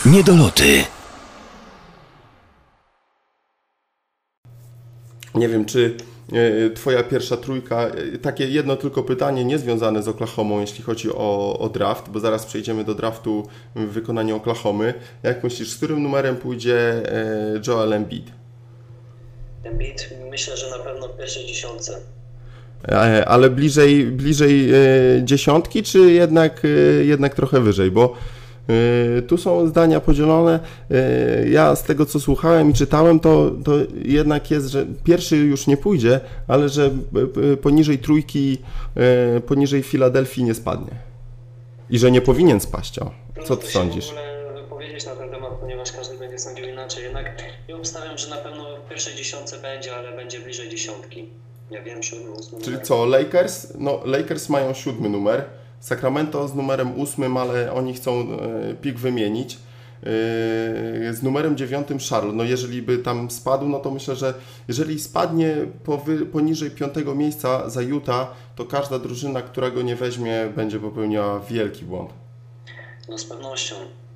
Niedoloty. Nie wiem, czy twoja pierwsza trójka, takie jedno tylko pytanie, niezwiązane z Oklahomą, jeśli chodzi o draft, bo zaraz przejdziemy do draftu w wykonaniu Oklahomy. Jak myślisz, z którym numerem pójdzie Joel Embiid? Embiid myślę, że na pewno w pierwszej dziesiątce. Ale bliżej dziesiątki, czy jednak trochę wyżej? Bo tu są zdania podzielone. Ja z tego, co słuchałem i czytałem, to jednak jest, że pierwszy już nie pójdzie, ale że poniżej trójki, poniżej Filadelfii nie spadnie. I że nie powinien spaść. Co ty sądzisz? W ogóle wypowiedzieć na ten temat, ponieważ każdy będzie sądził inaczej. Jednak ja obstawiam, że na pewno w pierwszej dziesiątce będzie, ale będzie bliżej dziesiątki. Ja wiem, 7, 8 Czyli co, Lakers? No, Lakers mają 7 numer. Sacramento z numerem 8, ale oni chcą pik wymienić. Z numerem 9 Charlotte. No jeżeli by tam spadł, no to myślę, że jeżeli spadnie poniżej 5 miejsca za Utah, to każda drużyna, która go nie weźmie, będzie popełniała wielki błąd. No z pewnością.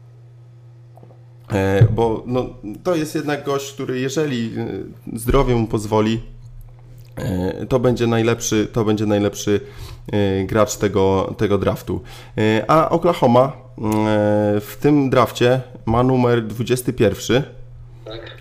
Bo no, to jest jednak gość, który jeżeli zdrowie mu pozwoli, to będzie najlepszy gracz tego draftu. A Oklahoma w tym drafcie ma numer 21. Tak.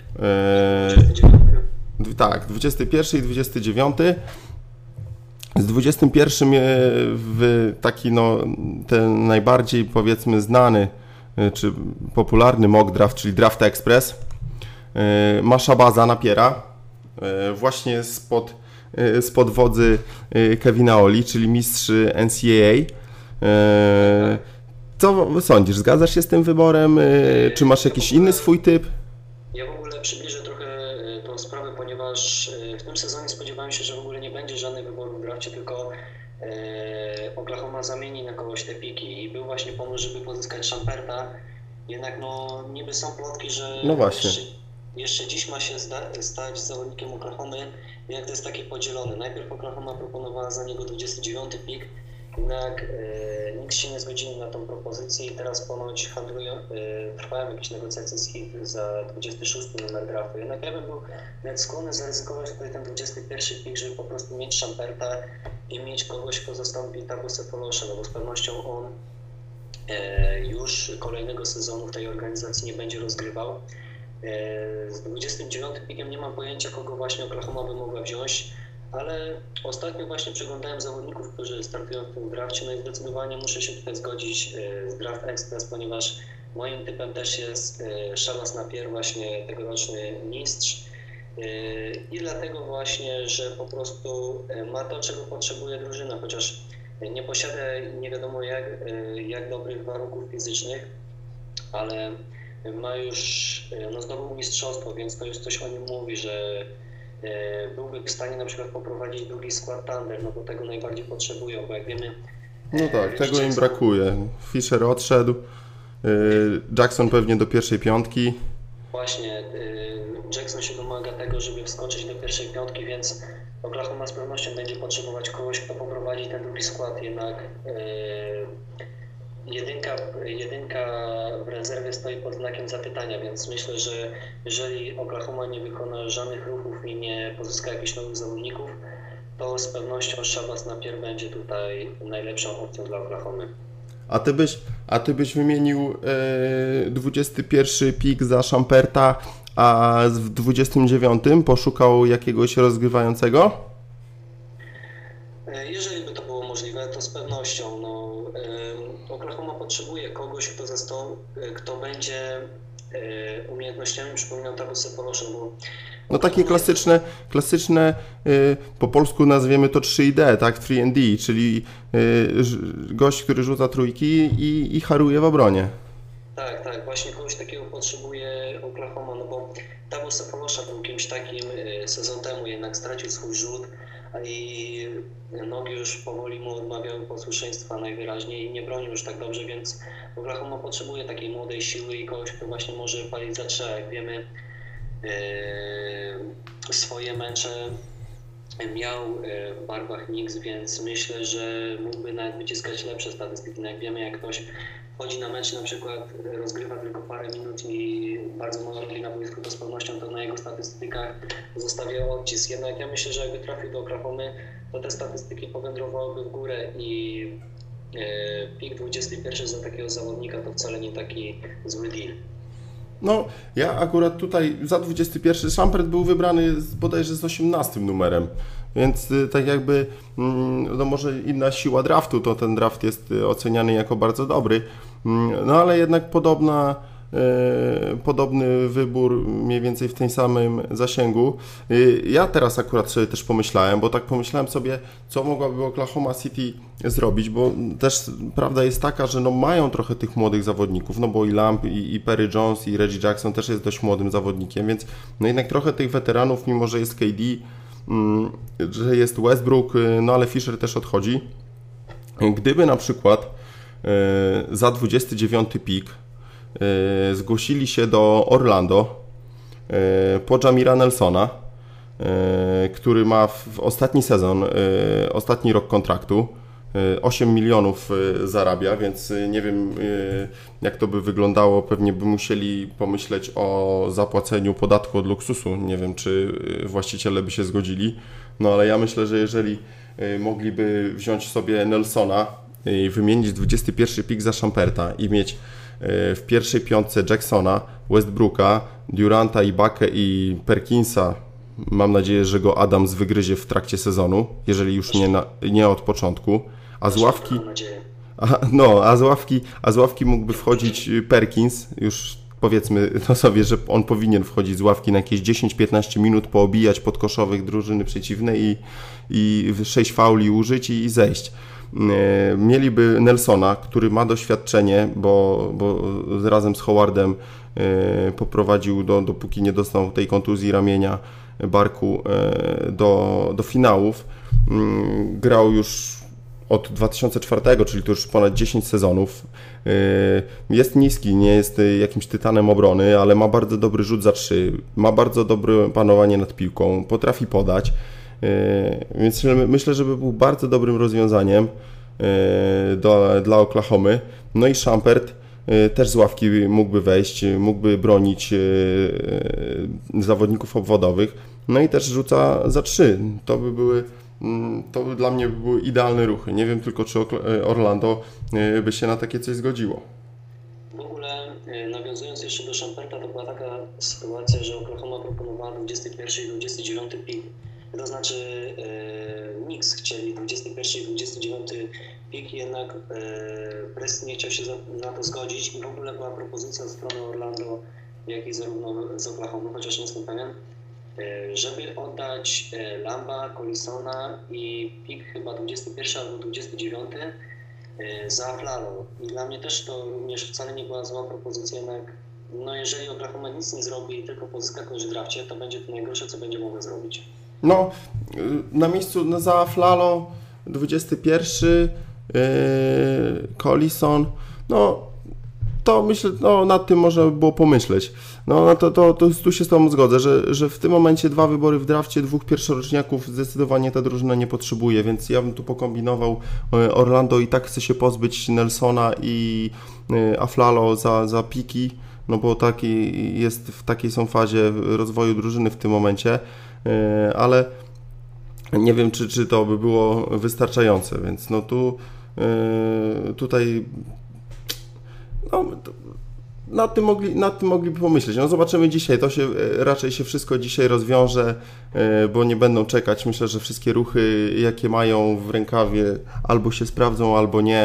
29. Tak, 21 i 29. Z 21 taki ten najbardziej, powiedzmy, znany czy popularny mock draft, czyli Draft Express, ma Shabaza Napiera, właśnie spod wodzy Kevina Oli, czyli mistrz NCAA. Co sądzisz? Zgadzasz się z tym wyborem? Czy masz jakiś inny swój typ? Ja w ogóle przybliżę trochę tą sprawę, ponieważ w tym sezonie spodziewałem się, że w ogóle nie będzie żadnych wyborów w drafcie, tylko Oklahoma zamieni na kogoś te piki i był właśnie pomysł, żeby pozyskać Shumperta. Jednak niby są plotki, że no właśnie. Jeszcze dziś ma się stać zawodnikiem Oklahomy, jednak to jest takie podzielone. Najpierw Oklahoma proponowała za niego 29 pik, jednak nikt się nie zgodził na tą propozycję i teraz ponoć trwają jakieś negocjacje z Heat za 26 numer draftu. Jednak ja bym był nawet skłonny zaryzykować tutaj ten 21 pik, żeby po prostu mieć Shumperta i mieć kogoś, kto zastąpi Tabusę Folosza, no bo z pewnością on już kolejnego sezonu w tej organizacji nie będzie rozgrywał. Z 29 pikiem nie mam pojęcia, kogo właśnie Oklahoma by mogła wziąć, ale ostatnio właśnie przeglądałem zawodników, którzy startują w tym drafcie, no i zdecydowanie muszę się tutaj zgodzić z Draft Express, ponieważ moim typem też jest Shabazz Napier, właśnie tegoroczny mistrz, i dlatego właśnie, że po prostu ma to, czego potrzebuje drużyna, chociaż nie posiada nie wiadomo jak dobrych warunków fizycznych, ale ma już, zdobył mistrzostwo, więc to już coś o nim mówi, że byłby w stanie na przykład poprowadzić drugi skład Thunder, no bo tego najbardziej potrzebują, bo jak wiemy... No tak, tego im brakuje. Fisher odszedł, Jackson pewnie do pierwszej piątki. Właśnie, Jackson się domaga tego, żeby wskoczyć do pierwszej piątki, więc Oklahoma z pewnością będzie potrzebować kogoś, kto poprowadzi ten drugi skład, jednak jedynka w rezerwie stoi pod znakiem zapytania, więc myślę, że jeżeli Oklahoma nie wykona żadnych ruchów i nie pozyska jakichś nowych zawodników, to z pewnością Shabazz Napier będzie tutaj najlepszą opcją dla Oklahomy. A ty byś wymienił 21 pik za Shumperta, a w 29 poszukał jakiegoś rozgrywającego? Jeżeli by to było możliwe, to z pewnością. Oklahoma potrzebuje kogoś, kto będzie umiejętnościami przypominał Tabusę Folosza, bo... No takie klasyczne po polsku nazwiemy to 3D, tak? 3D, czyli gość, który rzuca trójki i haruje w obronie. Tak, właśnie kogoś takiego potrzebuje Oklahoma, no bo Tabusę Folosza był kimś takim sezon temu, jednak stracił swój rzut i nogi już powoli mu odmawiały posłuszeństwa najwyraźniej i nie bronił już tak dobrze, więc Oklahoma potrzebuje takiej młodej siły i kogoś, kto właśnie może palić za trzech. Jak wiemy, swoje mecze miał w barwach Knicks, więc myślę, że mógłby nawet wyciskać lepsze statystyki. No jak wiemy, jak ktoś wchodzi na mecz, na przykład rozgrywa tylko parę minut i bardzo mało robi na boisku, to z pewnością to na jego statystykach zostawia odcisk. Jednak ja myślę, że jakby trafił do Oklahomy, to te statystyki powędrowałyby w górę i pik 21 za takiego zawodnika to wcale nie taki zły deal. No, ja akurat tutaj za 21 Shumpert był wybrany bodajże z 18 numerem, więc tak jakby, no może inna siła draftu, to ten draft jest oceniany jako bardzo dobry, no ale jednak podobny wybór mniej więcej w tym samym zasięgu. Ja teraz akurat sobie też pomyślałem, bo tak pomyślałem sobie, co mogłaby Oklahoma City zrobić, bo też prawda jest taka, że no mają trochę tych młodych zawodników, no bo i Lamb, i Perry Jones, i Reggie Jackson też jest dość młodym zawodnikiem, więc no jednak trochę tych weteranów, mimo że jest KD, że jest Westbrook, no ale Fisher też odchodzi. Gdyby na przykład za 29 pik zgłosili się do Orlando po Jamira Nelsona, który ma w ostatni sezon, ostatni rok kontraktu, 8 milionów zarabia, więc nie wiem jak to by wyglądało, pewnie by musieli pomyśleć o zapłaceniu podatku od luksusu, nie wiem czy właściciele by się zgodzili, no ale ja myślę, że jeżeli mogliby wziąć sobie Nelsona i wymienić 21 pik za Shumperta i mieć w pierwszej piątce Jacksona, Westbrooka, Duranta, Ibakę i Perkinsa. Mam nadzieję, że go Adams wygryzie w trakcie sezonu, jeżeli już nie od początku. A z ławki mógłby wchodzić Perkins, już powiedzmy to sobie, że on powinien wchodzić z ławki na jakieś 10-15 minut, poobijać podkoszowych drużyny przeciwnej i 6 fauli użyć i zejść. Mieliby Nelsona, który ma doświadczenie, bo razem z Howardem poprowadził dopóki nie dostał tej kontuzji ramienia, barku, do finałów. Grał już od 2004, czyli to już ponad 10 sezonów. Jest niski, nie jest jakimś tytanem obrony, ale ma bardzo dobry rzut za 3, ma bardzo dobre panowanie nad piłką, potrafi podać. Więc myślę, że by był bardzo dobrym rozwiązaniem dla Oklahomy. No i Shumpert też z ławki mógłby wejść, mógłby bronić zawodników obwodowych. No i też rzuca za 3. To by dla mnie były idealne ruchy. Nie wiem tylko, czy Orlando by się na takie coś zgodziło. W ogóle nawiązując jeszcze do Shumperta, to była taka sytuacja, że Oklahoma proponowała 21 i 29 pik. To znaczy Knicks chcieli 21 i 29 pik, jednak Preston nie chciał się na to zgodzić i w ogóle była propozycja ze strony Orlando, jak i zarówno z Oklahoma, chociaż nie jestem pewien, żeby oddać Lamba, Collisona i pik chyba 21 albo 29 za Aflalo. I dla mnie też to również wcale nie była zła propozycja, jednak no jeżeli Oklahoma nic nie zrobi i tylko pozyska kogoś w drafcie, to będzie to najgorsze, co będzie mogło zrobić. No, na miejscu za Aflalo 21, Collison, no to myślę, no nad tym można by było pomyśleć. No to tu się z Tobą zgodzę, że w tym momencie 2 wybory w drafcie, 2 pierwszoroczniaków zdecydowanie ta drużyna nie potrzebuje, więc ja bym tu pokombinował. Orlando i tak chce się pozbyć Nelsona i Aflalo za piki, no bo w takiej są fazie rozwoju drużyny w tym momencie, ale nie wiem, czy to by było wystarczające, więc no tutaj no, nad tym mogliby pomyśleć. No zobaczymy dzisiaj, raczej się wszystko dzisiaj rozwiąże, bo nie będą czekać. Myślę, że wszystkie ruchy, jakie mają w rękawie, albo się sprawdzą, albo nie.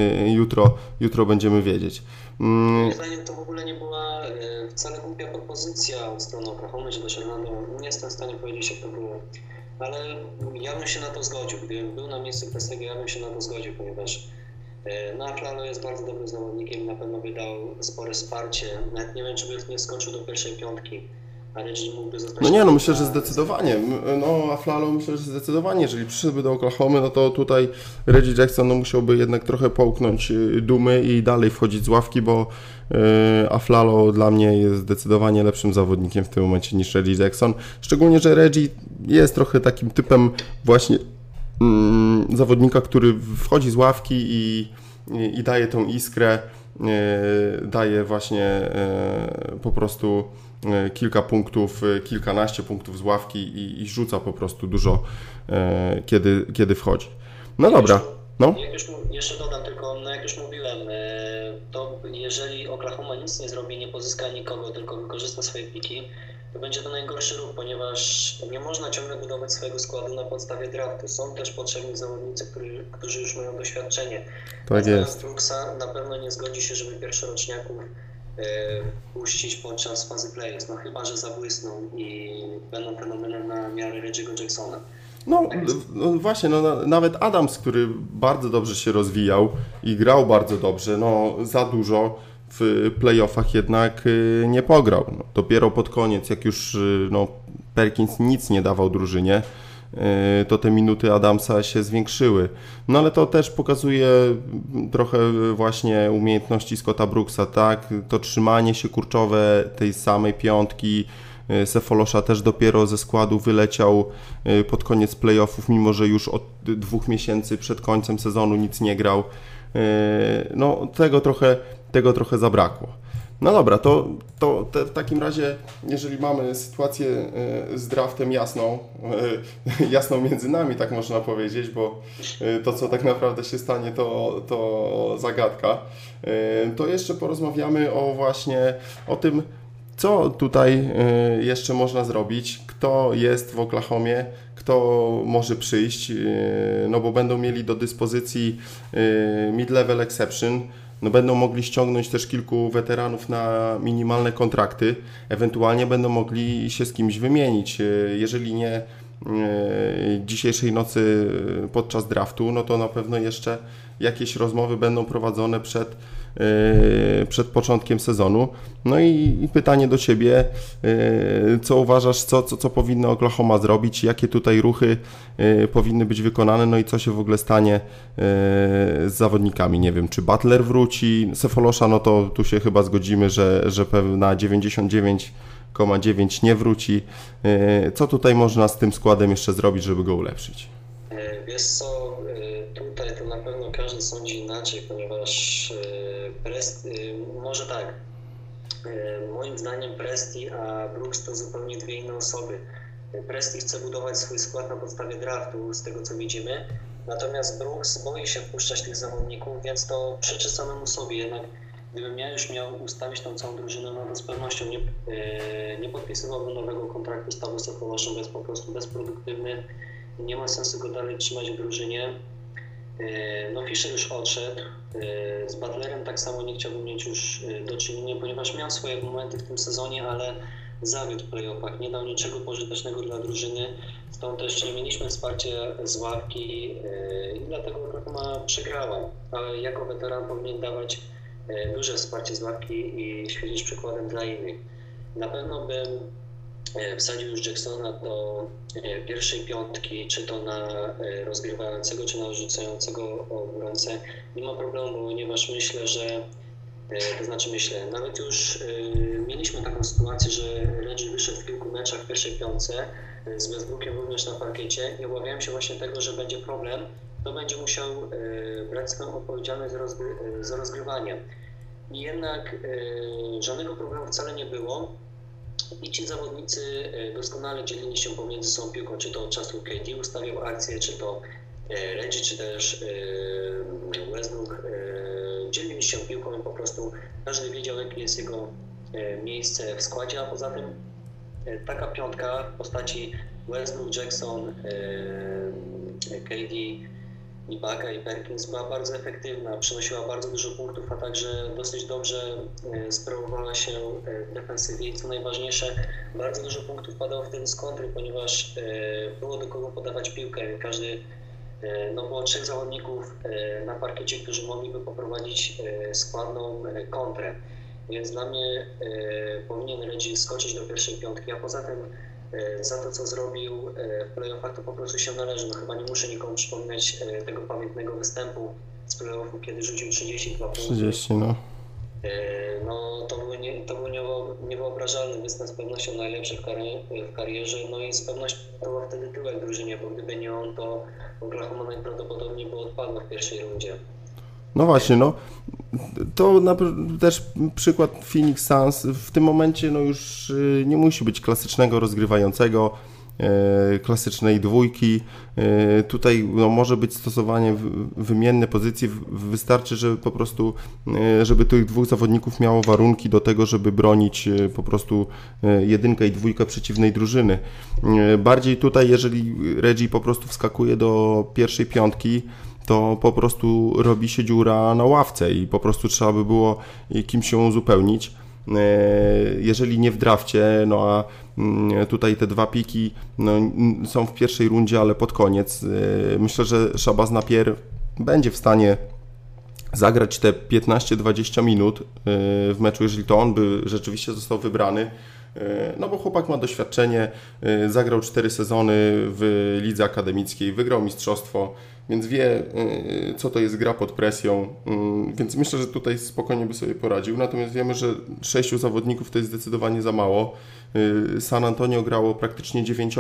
Jutro będziemy wiedzieć. Moim zdaniem to w ogóle nie była wcale głupia propozycja od strony Oklahomy, że do Orlando. Nie jestem w stanie powiedzieć, jak to było. Ale ja bym się na to zgodził. Gdybym był na miejscu Prestego, ja bym się na to zgodził, ponieważ Aflalo jest bardzo dobrym zawodnikiem i na pewno by dał spore wsparcie. Nawet nie wiem, czy by nie skoczył do pierwszej piątki. a Reggie mógłby zostać... No nie, no myślę, że zdecydowanie. No Aflalo myślę, że zdecydowanie. Jeżeli przyszedłby do Oklahomy, no to tutaj Reggie Jackson no, musiałby jednak trochę połknąć dumy i dalej wchodzić z ławki, bo Aflalo dla mnie jest zdecydowanie lepszym zawodnikiem w tym momencie niż Reggie Jackson. Szczególnie, że Reggie jest trochę takim typem właśnie zawodnika, który wchodzi z ławki i daje tą iskrę, daje właśnie po prostu kilka punktów, kilkanaście punktów z ławki i rzuca po prostu dużo, kiedy wchodzi. No dobra. No. Jeszcze dodam tylko, no jak już mówiłem, to jeżeli Oklahoma nic nie zrobi, nie pozyska nikogo, tylko wykorzysta swoje piki, to będzie to najgorszy ruch, ponieważ nie można ciągle budować swojego składu na podstawie draftu. Są też potrzebni zawodnicy, którzy już mają doświadczenie. Tak jest. Brooksa na pewno nie zgodzi się, żeby pierwszoroczniaków puścić podczas fazy playoffs, no chyba że zabłysną i będą fenomenem na miarę Reggie'ego Jacksona. No właśnie, no, nawet Adams, który bardzo dobrze się rozwijał i grał bardzo dobrze, no za dużo w playoffach jednak nie pograł. No, dopiero pod koniec, jak już no, Perkins nic nie dawał drużynie, to te minuty Adamsa się zwiększyły. No ale to też pokazuje trochę właśnie umiejętności Scotta Brooksa, tak? To trzymanie się kurczowe tej samej piątki. Sefolosza też dopiero ze składu wyleciał pod koniec playoffów, mimo że już od 2 miesięcy przed końcem sezonu nic nie grał. No tego trochę zabrakło. No dobra, to w takim razie, jeżeli mamy sytuację z draftem jasną między nami, tak można powiedzieć, bo to, co tak naprawdę się stanie, to zagadka, to jeszcze porozmawiamy o tym, co tutaj jeszcze można zrobić, kto jest w Oklahomie, kto może przyjść, no bo będą mieli do dyspozycji mid-level exception, no będą mogli ściągnąć też kilku weteranów na minimalne kontrakty, ewentualnie będą mogli się z kimś wymienić. Jeżeli nie dzisiejszej nocy podczas draftu, no to na pewno jeszcze jakieś rozmowy będą prowadzone przed początkiem sezonu. No i pytanie do Ciebie, co uważasz, co powinno Oklahoma zrobić, jakie tutaj ruchy powinny być wykonane, no i co się w ogóle stanie z zawodnikami, nie wiem, czy Butler wróci, Sefolosza, no to tu się chyba zgodzimy, że pewna 99,9 nie wróci. Co tutaj można z tym składem jeszcze zrobić, żeby go ulepszyć? Wiesz co, tutaj to na pewno każdy sądzi inaczej, ponieważ może tak, moim zdaniem Presti a Brooks to zupełnie dwie inne osoby. Presti chce budować swój skład na podstawie draftu, z tego co widzimy, natomiast Brooks boi się wpuszczać tych zawodników, więc to przeczy samemu sobie. Jednak gdybym ja już miał ustawić tą całą drużynę, no to z pewnością nie podpisywałbym nowego kontraktu z Tavą Sefoloszem, bo jest po prostu bezproduktywny. Nie ma sensu go dalej trzymać w drużynie. No Fisher już odszedł. Z Butlerem tak samo nie chciałbym mieć już do czynienia, ponieważ miał swoje momenty w tym sezonie, ale zawiódł w playoffach. Nie dał niczego pożytecznego dla drużyny. Stąd też nie mieliśmy wsparcia z ławki i dlatego Oklahoma przegrała. Ale jako weteran powinien dawać duże wsparcie z ławki i świecić przykładem dla innych. Na pewno bym wsadził już Jacksona do pierwszej piątki, czy to na rozgrywającego, czy na rzucającego obrońcę. Nie ma problemu, ponieważ myślę, że nawet już mieliśmy taką sytuację, że Reggie wyszedł w kilku meczach w pierwszej piątce z Westbrookiem również na parkiecie i obawiałem się właśnie tego, że będzie problem, to będzie musiał brać swoją odpowiedzialność za rozgrywanie. I jednak żadnego problemu wcale nie było. I ci zawodnicy doskonale dzielili się pomiędzy sobą piłką, czy to od czasu KD ustawiał akcję, czy to Reggie, czy też Westbrook dzielili się piłką i po prostu każdy wiedział, jakie jest jego miejsce w składzie, a poza tym taka piątka w postaci Westbrook, Jackson, KD, Ibaka i Perkins była bardzo efektywna, przynosiła bardzo dużo punktów, a także dosyć dobrze sprawowała się w defensywie i co najważniejsze, bardzo dużo punktów padało wtedy z kontry, ponieważ było do kogo podawać piłkę. Było 3 zawodników na parkiecie, którzy mogliby poprowadzić składną kontrę. więc dla mnie powinien Reggie skoczyć do pierwszej piątki, a poza tym za to, co zrobił w playoffach, to po prostu się należy. No chyba nie muszę nikomu przypominać tego pamiętnego występu z playoffu, kiedy rzucił 32 punktów. 30, no. No to był niewyobrażalny występ, z pewnością najlepszy w karierze, no i z pewnością to był wtedy tyłek drużynie, bo gdyby nie on, to Oklahoma najprawdopodobniej by odpadła w pierwszej rundzie. No właśnie, no to też przykład Phoenix Suns w tym momencie no już nie musi być klasycznego rozgrywającego, klasycznej dwójki. Tutaj no, może być stosowanie wymienne pozycji, wystarczy, że po prostu, żeby tych dwóch zawodników miało warunki do tego, żeby bronić po prostu jedynkę i dwójkę przeciwnej drużyny. Bardziej tutaj, jeżeli Reggie po prostu wskakuje do pierwszej piątki, to po prostu robi się dziura na ławce i po prostu trzeba by było kimś ją uzupełnić. Jeżeli nie w drafcie, no a tutaj te dwa piki no, są w pierwszej rundzie, ale pod koniec. Myślę, że Shabazz Napier będzie w stanie zagrać te 15-20 minut w meczu, jeżeli to on by rzeczywiście został wybrany. No bo chłopak ma doświadczenie, zagrał 4 sezony w lidze akademickiej, wygrał mistrzostwo, więc wie, co to jest gra pod presją, więc myślę, że tutaj spokojnie by sobie poradził. Natomiast wiemy, że 6 zawodników to jest zdecydowanie za mało. San Antonio grało praktycznie 9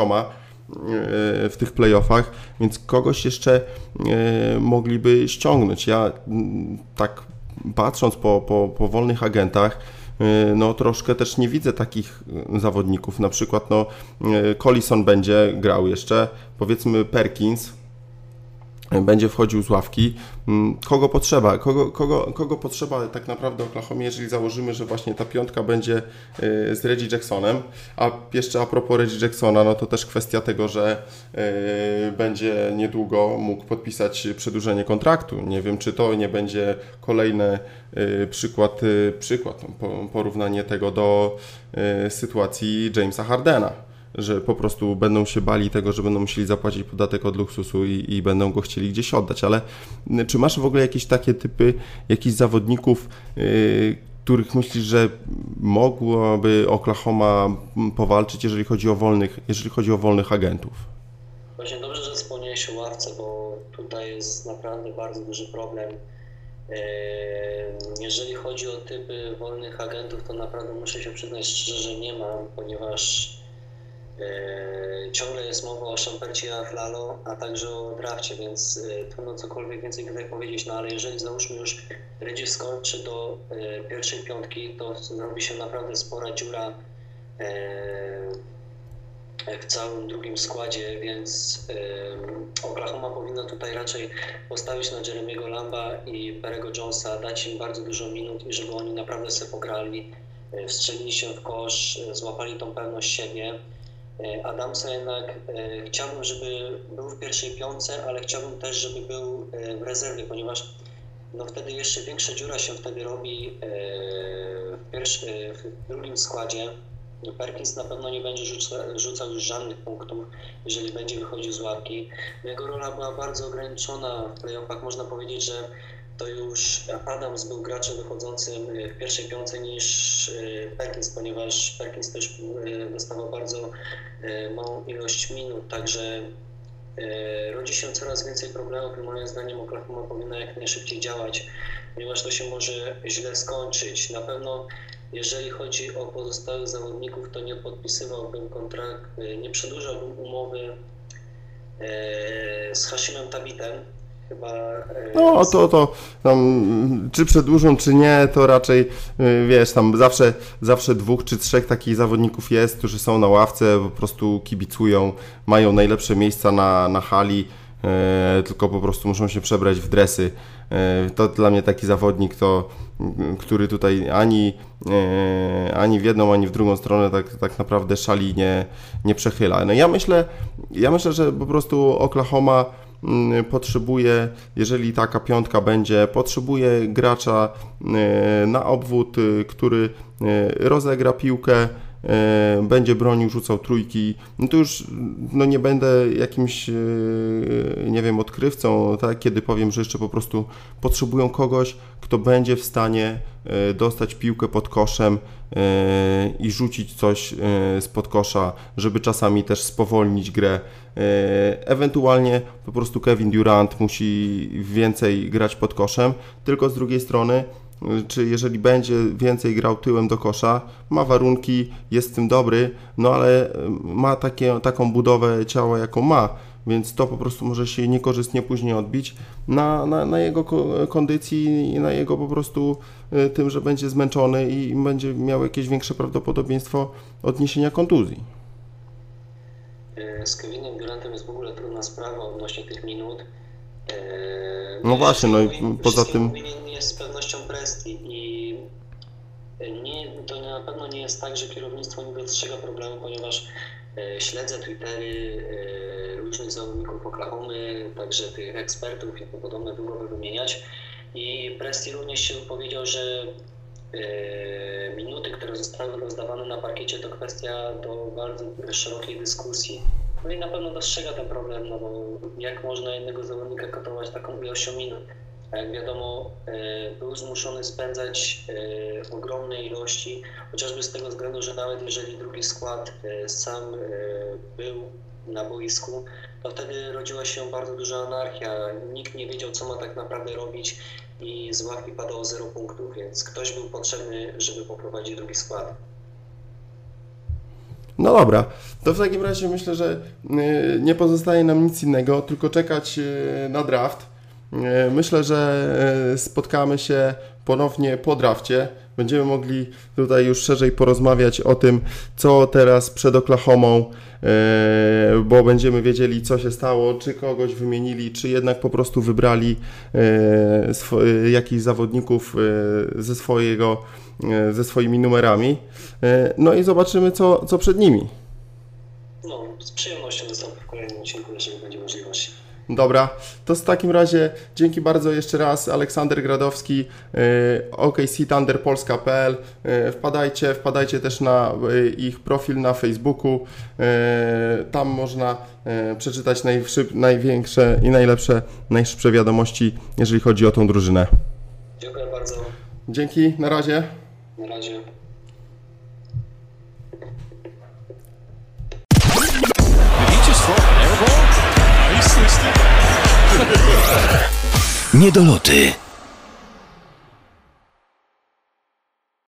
w tych playoffach, więc kogoś jeszcze mogliby ściągnąć. Ja tak patrząc po wolnych agentach, no troszkę też nie widzę takich zawodników, na przykład no Collison będzie grał jeszcze, powiedzmy Perkins będzie wchodził z ławki. Kogo potrzeba? Kogo potrzeba tak naprawdę Oklahomie, jeżeli założymy, że właśnie ta piątka będzie z Reggie Jacksonem, a jeszcze a propos Reggie Jacksona, no to też kwestia tego, że będzie niedługo mógł podpisać przedłużenie kontraktu. Nie wiem, czy to nie będzie kolejny przykład porównanie tego do sytuacji Jamesa Hardena, że po prostu będą się bali tego, że będą musieli zapłacić podatek od luksusu i będą go chcieli gdzieś oddać. Ale czy masz w ogóle jakieś takie typy, jakichś zawodników, których myślisz, że mogłaby Oklahoma powalczyć, jeżeli chodzi o wolnych agentów? Właśnie dobrze, że wspomniałeś o ławce, bo tutaj jest naprawdę bardzo duży problem. Jeżeli chodzi o typy wolnych agentów, to naprawdę muszę się przyznać szczerze, że nie mam, ponieważ ciągle jest mowa o Shumpercie i Aflalo, a także o drafcie, więc trudno cokolwiek więcej tutaj powiedzieć, no ale jeżeli załóżmy już Reggie skończy do pierwszej piątki, to zrobi się naprawdę spora dziura w całym drugim składzie, więc Oklahoma powinna tutaj raczej postawić na Jeremiego Lamba i Perego Jonesa, dać im bardzo dużo minut i żeby oni naprawdę sobie pograli, wstrzelili się w kosz, złapali tą pewność siebie. Adamsa jednak chciałbym, żeby był w pierwszej piątce, ale chciałbym też, żeby był w rezerwie, ponieważ no wtedy jeszcze większa dziura się wtedy robi w drugim składzie. Perkins na pewno nie będzie rzucał już żadnych punktów, jeżeli będzie wychodził z ławki. Jego rola była bardzo ograniczona w playoffach. Można powiedzieć, że to już Adams był graczem wychodzącym w pierwszej piątce niż Perkins, ponieważ Perkins też dostawał bardzo małą ilość minut, także rodzi się coraz więcej problemów i moim zdaniem Oklahoma powinna jak najszybciej działać, ponieważ to się może źle skończyć. Na pewno jeżeli chodzi o pozostałych zawodników, to nie podpisywałbym kontrakt, nie przedłużałbym umowy z Hashimem Tabitem. No to tam, czy przedłużą, czy nie, to raczej wiesz, tam zawsze 2 czy 3 takich zawodników jest, którzy są na ławce, po prostu kibicują, mają najlepsze miejsca na hali, tylko po prostu muszą się przebrać w dresy. To dla mnie taki zawodnik, który tutaj ani w jedną, ani w drugą stronę tak naprawdę szali nie przechyla. No ja myślę, że po prostu Oklahoma potrzebuje, jeżeli taka piątka będzie, potrzebuje gracza na obwód, który rozegra piłkę, będzie bronił, rzucał trójki, no to już no nie będę jakimś, nie wiem, odkrywcą, tak, kiedy powiem, że jeszcze po prostu potrzebują kogoś, kto będzie w stanie dostać piłkę pod koszem i rzucić coś spod kosza, żeby czasami też spowolnić grę. Ewentualnie po prostu Kevin Durant musi więcej grać pod koszem, tylko z drugiej strony, czy jeżeli będzie więcej grał tyłem do kosza, ma warunki, jest w tym dobry, no ale ma taką budowę ciała, jaką ma, więc to po prostu może się niekorzystnie później odbić na jego kondycji i na jego po prostu tym, że będzie zmęczony i będzie miał jakieś większe prawdopodobieństwo odniesienia kontuzji. Z Kevinem Durantem jest w ogóle trudna sprawa odnośnie tych minut. No właśnie, no i poza tym jest z pewnością Presti i to na pewno nie jest tak, że kierownictwo nie dostrzega problemu, ponieważ śledzę Twittery różnych zawodników Oklahomy, także tych ekspertów i podobne byłoby wymieniać i Presti również się wypowiedział, że minuty, które zostały rozdawane na parkiecie to kwestia do bardzo szerokiej dyskusji. No i na pewno dostrzega ten problem, no bo jak można jednego zawodnika katować taką ilością minut? A jak wiadomo, był zmuszony spędzać ogromne ilości, chociażby z tego względu, że nawet jeżeli drugi skład sam był na boisku, to wtedy rodziła się bardzo duża anarchia. Nikt nie wiedział, co ma tak naprawdę robić i z ławki padało 0 punktów, więc ktoś był potrzebny, żeby poprowadzić drugi skład. No dobra, to w takim razie myślę, że nie pozostaje nam nic innego, tylko czekać na draft. Myślę, że spotkamy się ponownie po drafcie. Będziemy mogli tutaj już szerzej porozmawiać o tym, co teraz przed Oklahomą, bo będziemy wiedzieli, co się stało, czy kogoś wymienili, czy jednak po prostu wybrali jakichś zawodników ze swoimi numerami. No i zobaczymy, co przed nimi. No, z przyjemnością wystąpię w kolejnym odcinku, jeżeli będzie możliwość. Dobra, to w takim razie dzięki bardzo jeszcze raz. Aleksander Gradowski, OKC Thunder Polska.pl. Wpadajcie też na ich profil na Facebooku. Tam można przeczytać największe i najszybsze wiadomości, jeżeli chodzi o tą drużynę. Dziękuję bardzo. Dzięki, na razie. Na razie. Niedoloty.